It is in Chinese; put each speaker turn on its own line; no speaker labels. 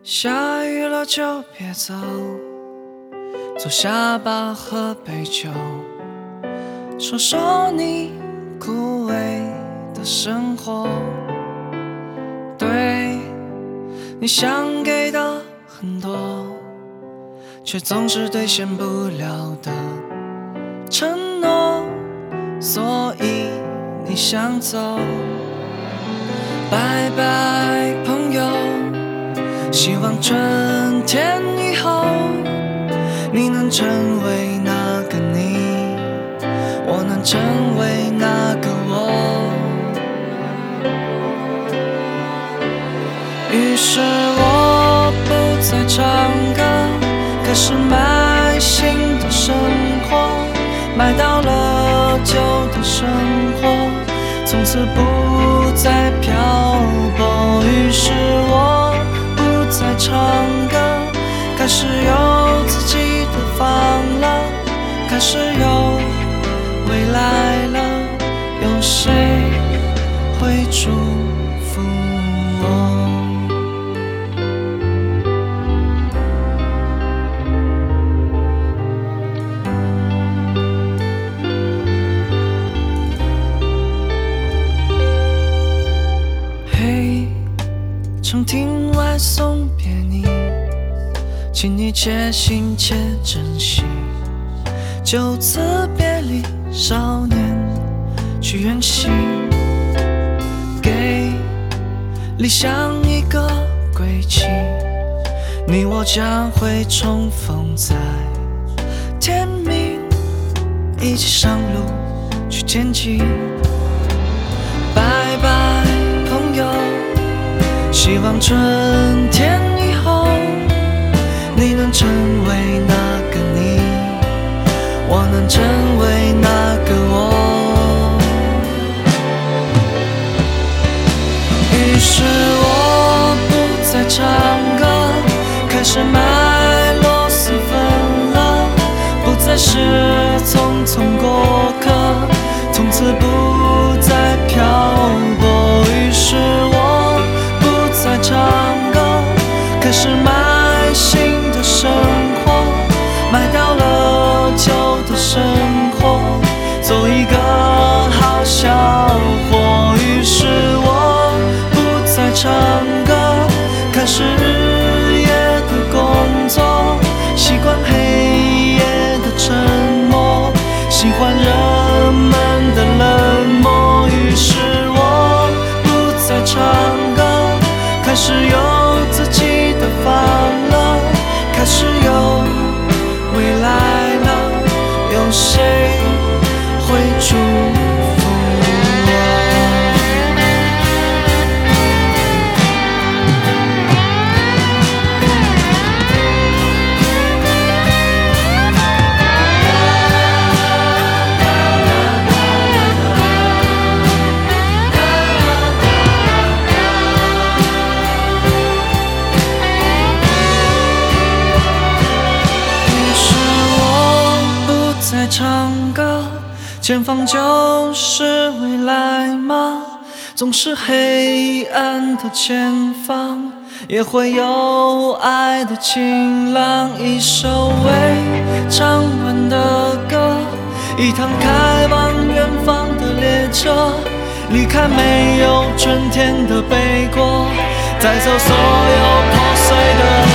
下雨了就别走，坐下吧，喝杯酒，说说你枯萎的生活。对，你想给的很多，却总是兑现不了的承诺，所以你想走。拜拜，朋友，希望春天以后你能成为那个你，我能成为那个我。于是我不再唱歌，开始买新的生活，买到了旧的生活，从此不再漂泊。于是我不再唱歌，开始有自己的房了，开始有未来了，有谁会祝福我？嘿，长亭外送别你，请你且行且珍惜，就此别离少年去远行，给理想一个归期，你我将会重逢在天明，一起上路去前进。拜拜，朋友，希望春天以后你能成为那个你，我能成为那个我。于是我不再唱歌，开始买螺蛳粉了，不再是匆匆过客，从此不再漂泊。于是我不再唱歌，开始买新的生活，买到了旧的生活，做一个好小伙。于是我不再唱歌，开始日夜的工作，习惯黑夜的沉默，喜欢人们的冷漠。于是我不再唱歌，开始有自己的房了，开始有未来了，有谁会祝福我？在唱歌，前方就是未来吗？总是黑暗的前方，也会有爱的晴朗。一首未唱完的歌，一趟开往远方的列车，离开没有春天的北国，带走所有破碎的